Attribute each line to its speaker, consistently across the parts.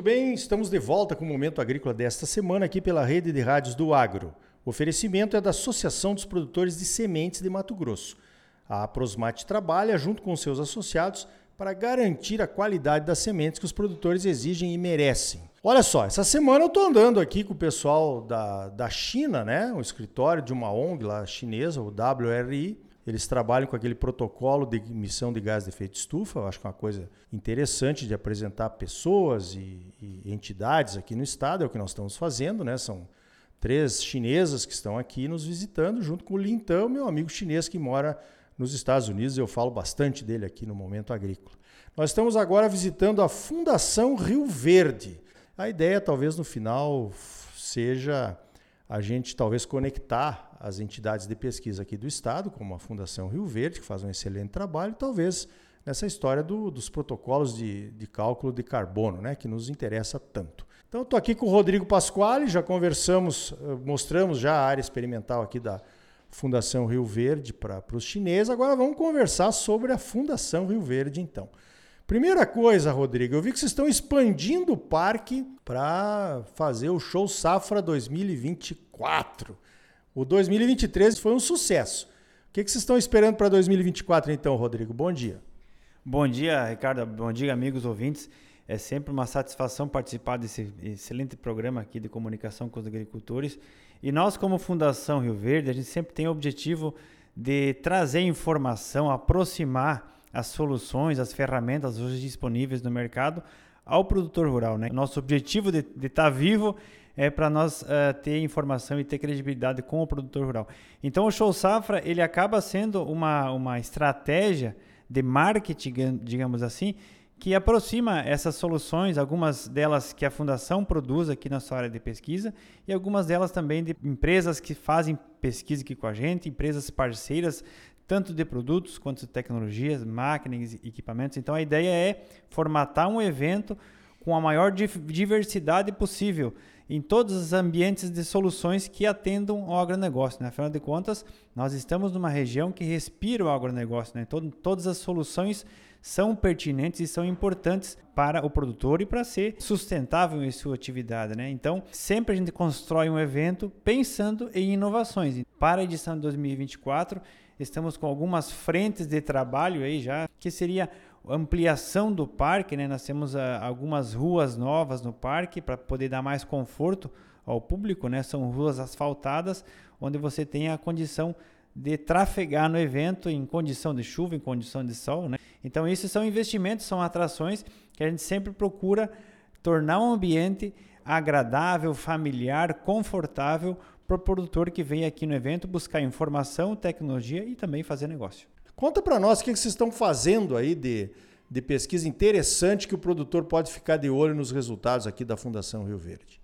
Speaker 1: bem? Estamos de volta com o Momento Agrícola desta semana aqui pela Rede de Rádios do Agro. O oferecimento é da Associação dos Produtores de Sementes de Mato Grosso. A Aprosmate trabalha junto com seus associados para garantir a qualidade das sementes que os produtores exigem e merecem. Olha só, essa semana eu estou andando aqui com o pessoal da China, né? O escritório de uma ONG lá chinesa, o WRI. Eles trabalham com aquele protocolo de emissão de gás de efeito estufa. Eu acho que é uma coisa interessante de apresentar pessoas e entidades aqui no estado. É o que nós estamos fazendo, né? São 3 chinesas que estão aqui nos visitando, junto com o Lintão, meu amigo chinês que mora nos Estados Unidos. Eu falo bastante dele aqui no Momento Agrícola. Nós estamos agora visitando a Fundação Rio Verde. A ideia, talvez, no final, seja a gente talvez conectar as entidades de pesquisa aqui do estado, como a Fundação Rio Verde, que faz um excelente trabalho, talvez nessa história dos protocolos de cálculo de carbono, né, que nos interessa tanto. Então, estou aqui com o Rodrigo Pasquale, já conversamos, mostramos já a área experimental aqui da Fundação Rio Verde para os chineses. Agora vamos conversar sobre a Fundação Rio Verde, então. Primeira coisa, Rodrigo, eu vi que vocês estão expandindo o parque para fazer o Show Safra 2024. O 2023 foi um sucesso. O que vocês estão esperando para 2024, então, Rodrigo? Bom dia.
Speaker 2: Bom dia, Ricardo. Bom dia, amigos ouvintes. É sempre uma satisfação participar desse excelente programa aqui de comunicação com os agricultores. E nós, como Fundação Rio Verde, a gente sempre tem o objetivo de trazer informação, aproximar as soluções, as ferramentas hoje disponíveis no mercado ao produtor rural, né? Nosso objetivo de estar vivo é para nós ter informação e ter credibilidade com o produtor rural. Então, o Show Safra ele acaba sendo uma estratégia de marketing, digamos assim, que aproxima essas soluções, algumas delas que a Fundação produz aqui na sua área de pesquisa e algumas delas também de empresas que fazem pesquisa aqui com a gente, empresas parceiras, tanto de produtos quanto de tecnologias, máquinas e equipamentos. Então, a ideia é formatar um evento com a maior diversidade possível em todos os ambientes de soluções que atendam ao agronegócio, né? Afinal de contas, nós estamos numa região que respira o agronegócio, né? Todas as soluções são pertinentes e são importantes para o produtor e para ser sustentável em sua atividade, né? Então, sempre a gente constrói um evento pensando em inovações. Para a edição de 2024, estamos com algumas frentes de trabalho aí já, que seria ampliação do parque, né? Nós temos algumas ruas novas no parque para poder dar mais conforto ao público, né? São ruas asfaltadas, onde você tem a condição de trafegar no evento em condição de chuva, em condição de sol, né? Então, esses são investimentos, são atrações que a gente sempre procura tornar um ambiente agradável, familiar, confortável para o produtor que vem aqui no evento buscar informação, tecnologia e também fazer negócio.
Speaker 1: Conta para nós o que vocês estão fazendo aí de pesquisa interessante que o produtor pode ficar de olho nos resultados aqui da Fundação Rio Verde.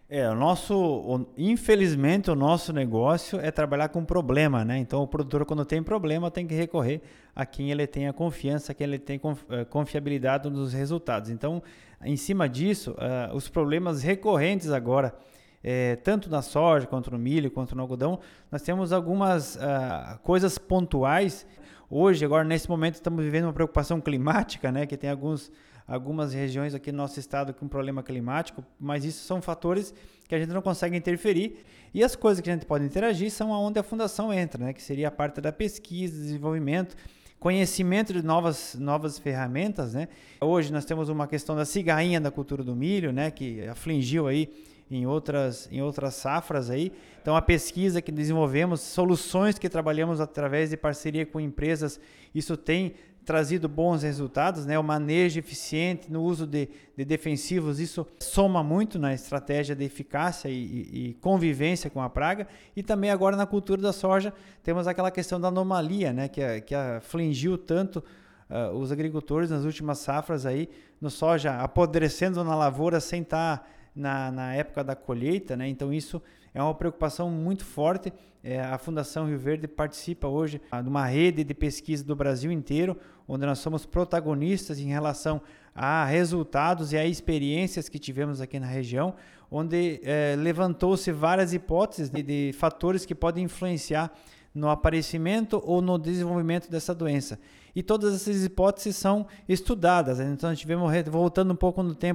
Speaker 2: Infelizmente, o nosso negócio é trabalhar com problema, né? Então, o produtor, quando tem problema, tem que recorrer a quem ele tem a confiança, quem ele tem confiabilidade nos resultados. Então, em cima disso, os problemas recorrentes agora, tanto na soja, quanto no milho, quanto no algodão, nós temos algumas coisas pontuais. Hoje, agora, nesse momento, estamos vivendo uma preocupação climática, né? Que tem algumas regiões aqui no nosso estado com problema climático, mas isso são fatores que a gente não consegue interferir. E as coisas que a gente pode interagir são onde a Fundação entra, né? Que seria a parte da pesquisa, desenvolvimento, conhecimento de novas ferramentas, né? Hoje nós temos uma questão da cigarrinha da cultura do milho, né? Que afligiu aí em outras safras aí. Então, a pesquisa que desenvolvemos, soluções que trabalhamos através de parceria com empresas, isso tem trazido bons resultados, né? O manejo eficiente no uso de defensivos, isso soma muito na estratégia de eficácia e convivência com a praga. E também agora na cultura da soja temos aquela questão da anomalia, né? Que afligiu tanto os agricultores nas últimas safras aí, no soja apodrecendo na lavoura sem estar na época da colheita, né? Então isso é uma preocupação muito forte. A Fundação Rio Verde participa hoje de uma rede de pesquisa do Brasil inteiro, onde nós somos protagonistas em relação a resultados e a experiências que tivemos aqui na região, onde levantou-se várias hipóteses de fatores que podem influenciar no aparecimento ou no desenvolvimento dessa doença. E todas essas hipóteses são estudadas. Então, nós tivemos, voltando um pouco no tempo,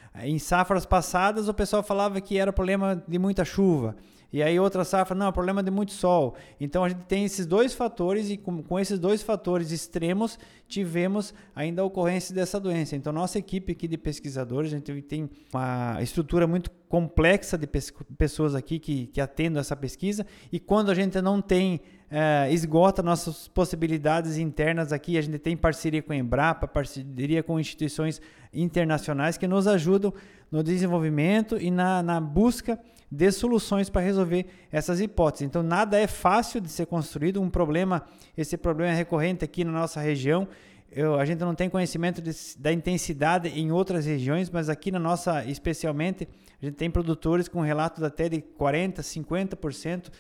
Speaker 2: Em safras passadas, o pessoal falava que era problema de muita chuva. E aí outra safra, não, problema de muito sol. Então a gente tem esses dois fatores e com esses dois fatores extremos tivemos ainda a ocorrência dessa doença. Então nossa equipe aqui de pesquisadores, a gente tem uma estrutura muito complexa de pessoas aqui que atendem essa pesquisa, e quando a gente não tem, esgota nossas possibilidades internas aqui, a gente tem parceria com a Embrapa, parceria com instituições internacionais que nos ajudam no desenvolvimento e na busca de soluções para resolver essas hipóteses. Então, nada é fácil de ser construído. Esse problema é recorrente aqui na nossa região. A gente não tem conhecimento da intensidade em outras regiões, mas aqui na nossa, especialmente, a gente tem produtores com relatos até de 40%, 50%,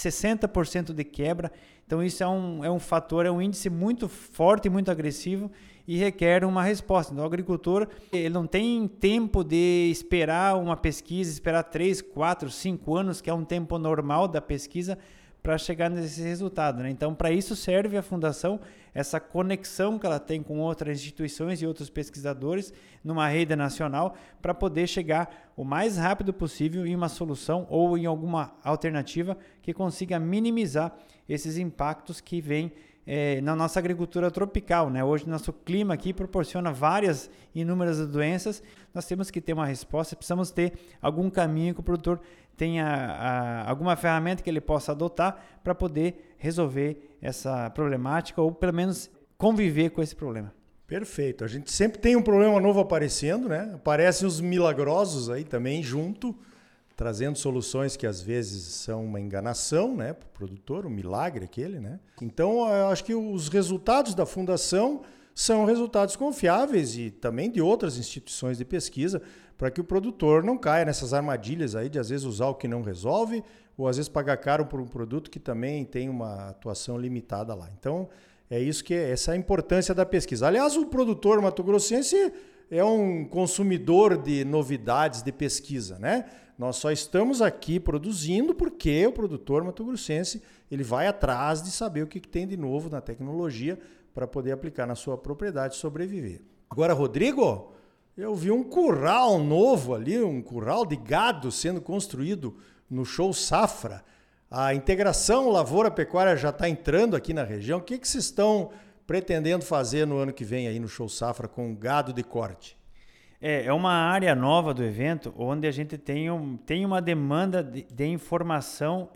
Speaker 2: 60% de quebra. Então, isso é um fator, é um índice muito forte e muito agressivo e requer uma resposta. Então, o agricultor ele não tem tempo de esperar uma pesquisa, esperar 3, 4, 5 anos, que é um tempo normal da pesquisa, para chegar nesse resultado, né? Então, para isso serve a Fundação, essa conexão que ela tem com outras instituições e outros pesquisadores numa rede nacional, para poder chegar o mais rápido possível em uma solução ou em alguma alternativa que consiga minimizar esses impactos que vêm na nossa agricultura tropical, né? Hoje nosso clima aqui proporciona inúmeras doenças. Nós temos que ter uma resposta, precisamos ter algum caminho que o produtor tenha alguma ferramenta que ele possa adotar para poder resolver essa problemática ou pelo menos conviver com esse problema.
Speaker 1: Perfeito. A gente sempre tem um problema novo aparecendo, né? Aparecem os milagrosos aí também junto, trazendo soluções que às vezes são uma enganação, né, para o produtor, um milagre aquele, né? Então, eu acho que os resultados da Fundação são resultados confiáveis e também de outras instituições de pesquisa, para que o produtor não caia nessas armadilhas aí de às vezes usar o que não resolve ou às vezes pagar caro por um produto que também tem uma atuação limitada lá. Então, essa é a importância da pesquisa. Aliás, o produtor mato-grossense é um consumidor de novidades de pesquisa, né? Nós só estamos aqui produzindo porque o produtor mato-grossense ele vai atrás de saber o que tem de novo na tecnologia para poder aplicar na sua propriedade e sobreviver. Agora, Rodrigo, eu vi um curral novo ali, um curral de gado sendo construído no Show Safra. A integração lavoura-pecuária já está entrando aqui na região. O que vocês estão pretendendo fazer no ano que vem aí no Show Safra com gado de corte?
Speaker 2: É uma área nova do evento onde a gente tem uma demanda de informação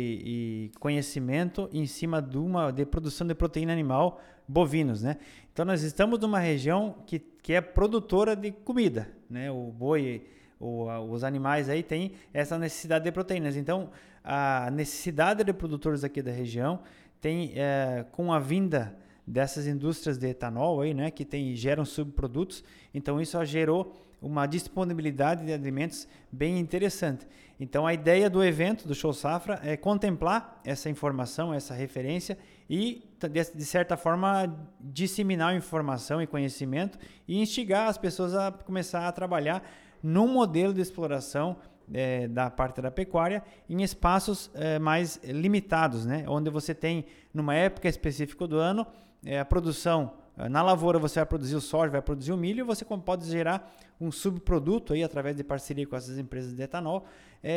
Speaker 2: e conhecimento em cima de produção de proteína animal bovinos, né? Então nós estamos numa região que é produtora de comida, né? O boi, os animais aí têm essa necessidade de proteínas. Então a necessidade de produtores aqui da região tem, com a vinda dessas indústrias de etanol aí, né, que geram subprodutos, então isso gerou uma disponibilidade de alimentos bem interessante. Então a ideia do evento do Show Safra é contemplar essa informação, essa referência e de certa forma disseminar informação e conhecimento e instigar as pessoas a começar a trabalhar num modelo de exploração da parte da pecuária em espaços mais limitados, né, onde você tem numa época específica do ano a produção, na lavoura você vai produzir o soja, vai produzir o milho, você pode gerar um subproduto aí através de parceria com essas empresas de etanol,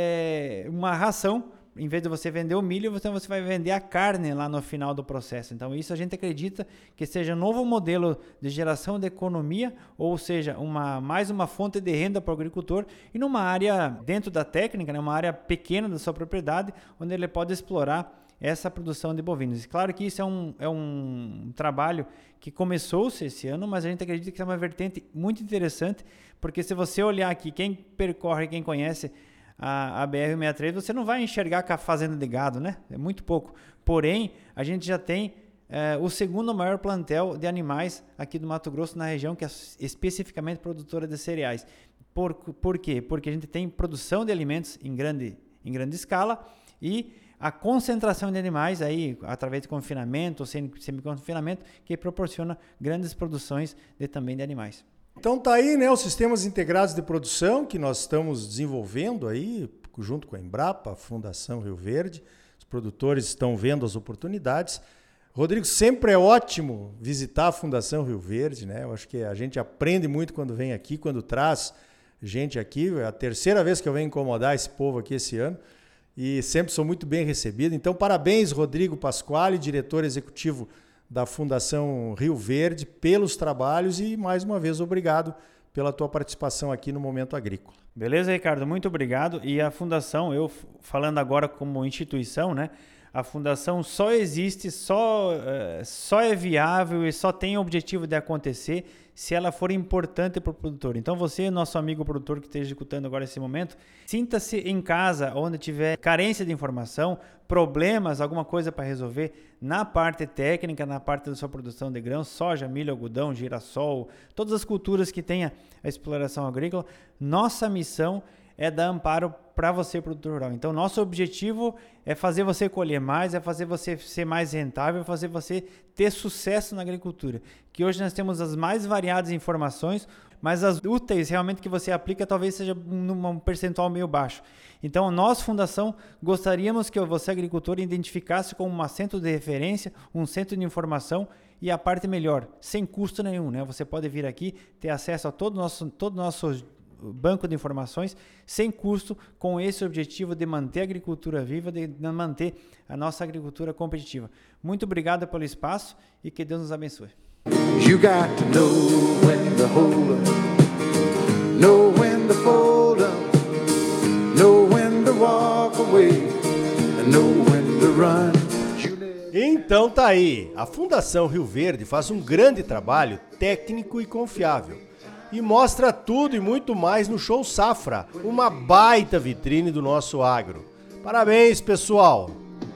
Speaker 2: uma ração, em vez de você vender o milho, você vai vender a carne lá no final do processo. Então isso a gente acredita que seja um novo modelo de geração de economia, ou seja, mais uma fonte de renda para o agricultor e numa área dentro da técnica, né, uma área pequena da sua propriedade, onde ele pode explorar essa produção de bovinos. Claro que isso é um trabalho que começou-se esse ano, mas a gente acredita que é uma vertente muito interessante, porque se você olhar aqui, quem percorre, quem conhece a BR-63, você não vai enxergar com a fazenda de gado, né? É muito pouco. Porém, a gente já tem o segundo maior plantel de animais aqui do Mato Grosso, na região que é especificamente produtora de cereais. Por quê? Porque a gente tem produção de alimentos em grande escala e a concentração de animais aí, através de confinamento ou semi-confinamento, que proporciona grandes produções também de animais.
Speaker 1: Então tá aí, né, os sistemas integrados de produção que nós estamos desenvolvendo aí, junto com a Embrapa, a Fundação Rio Verde. Os produtores estão vendo as oportunidades. Rodrigo, sempre é ótimo visitar a Fundação Rio Verde, né? Eu acho que a gente aprende muito quando vem aqui, quando traz gente aqui. É a terceira vez que eu venho incomodar esse povo aqui esse ano e sempre sou muito bem recebido. Então, parabéns, Rodrigo Pasquale, diretor executivo da Fundação Rio Verde, pelos trabalhos e, mais uma vez, obrigado pela tua participação aqui no Momento Agrícola.
Speaker 2: Beleza, Ricardo? Muito obrigado. E a Fundação, eu falando agora como instituição, né? A Fundação só existe, só é viável e só tem o objetivo de acontecer se ela for importante para o produtor. Então você, nosso amigo produtor que esteja escutando agora esse momento, sinta-se em casa, onde tiver carência de informação, problemas, alguma coisa para resolver na parte técnica, na parte da sua produção de grãos, soja, milho, algodão, girassol, todas as culturas que tenha a exploração agrícola. Nossa missão é dar amparo para você, produtor rural. Então, nosso objetivo é fazer você colher mais, é fazer você ser mais rentável, é fazer você ter sucesso na agricultura. Que hoje nós temos as mais variadas informações, mas as úteis realmente que você aplica talvez seja num percentual meio baixo. Então, nós, Fundação, gostaríamos que você, agricultor, identificasse como um centro de referência, um centro de informação e a parte melhor, sem custo nenhum, né? Você pode vir aqui, ter acesso a todo o nosso banco de informações sem custo, com esse objetivo de manter a agricultura viva, de manter a nossa agricultura competitiva. Muito obrigado pelo espaço e que Deus nos abençoe.
Speaker 3: You got to know when to hold up, know when to fold up, know when to walk away, and know when to run.
Speaker 1: Então tá aí, a Fundação Rio Verde faz um grande trabalho técnico e confiável. E mostra tudo e muito mais no Show Safra, uma baita vitrine do nosso agro. Parabéns, pessoal!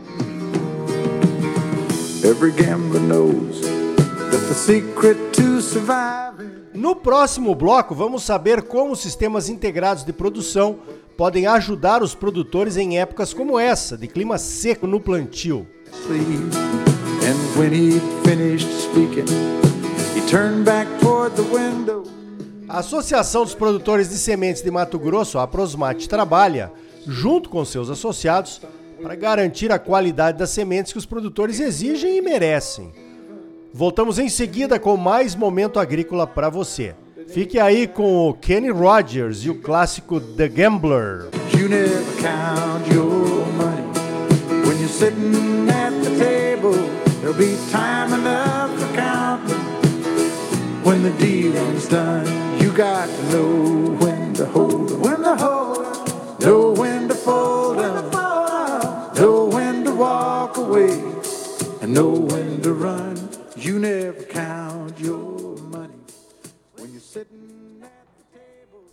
Speaker 3: Every gambler knows that the secret to surviving.
Speaker 1: No próximo bloco, vamos saber como os sistemas integrados de produção podem ajudar os produtores em épocas como essa, de clima seco no plantio.
Speaker 3: And when he finished speaking, he turned back toward the window.
Speaker 1: A Associação dos Produtores de Sementes de Mato Grosso, a Prosmate, trabalha, junto com seus associados, para garantir a qualidade das sementes que os produtores exigem e merecem. Voltamos em seguida com mais Momento Agrícola para você. Fique aí com o Kenny Rogers e o clássico The Gambler.
Speaker 3: You never count your money when you're sitting at the table. There'll be time enough for counting when the dealing's done. You got to know when to hold 'em, know when to fold 'em, know when to walk away, and know when to run. You never count your money when you're sitting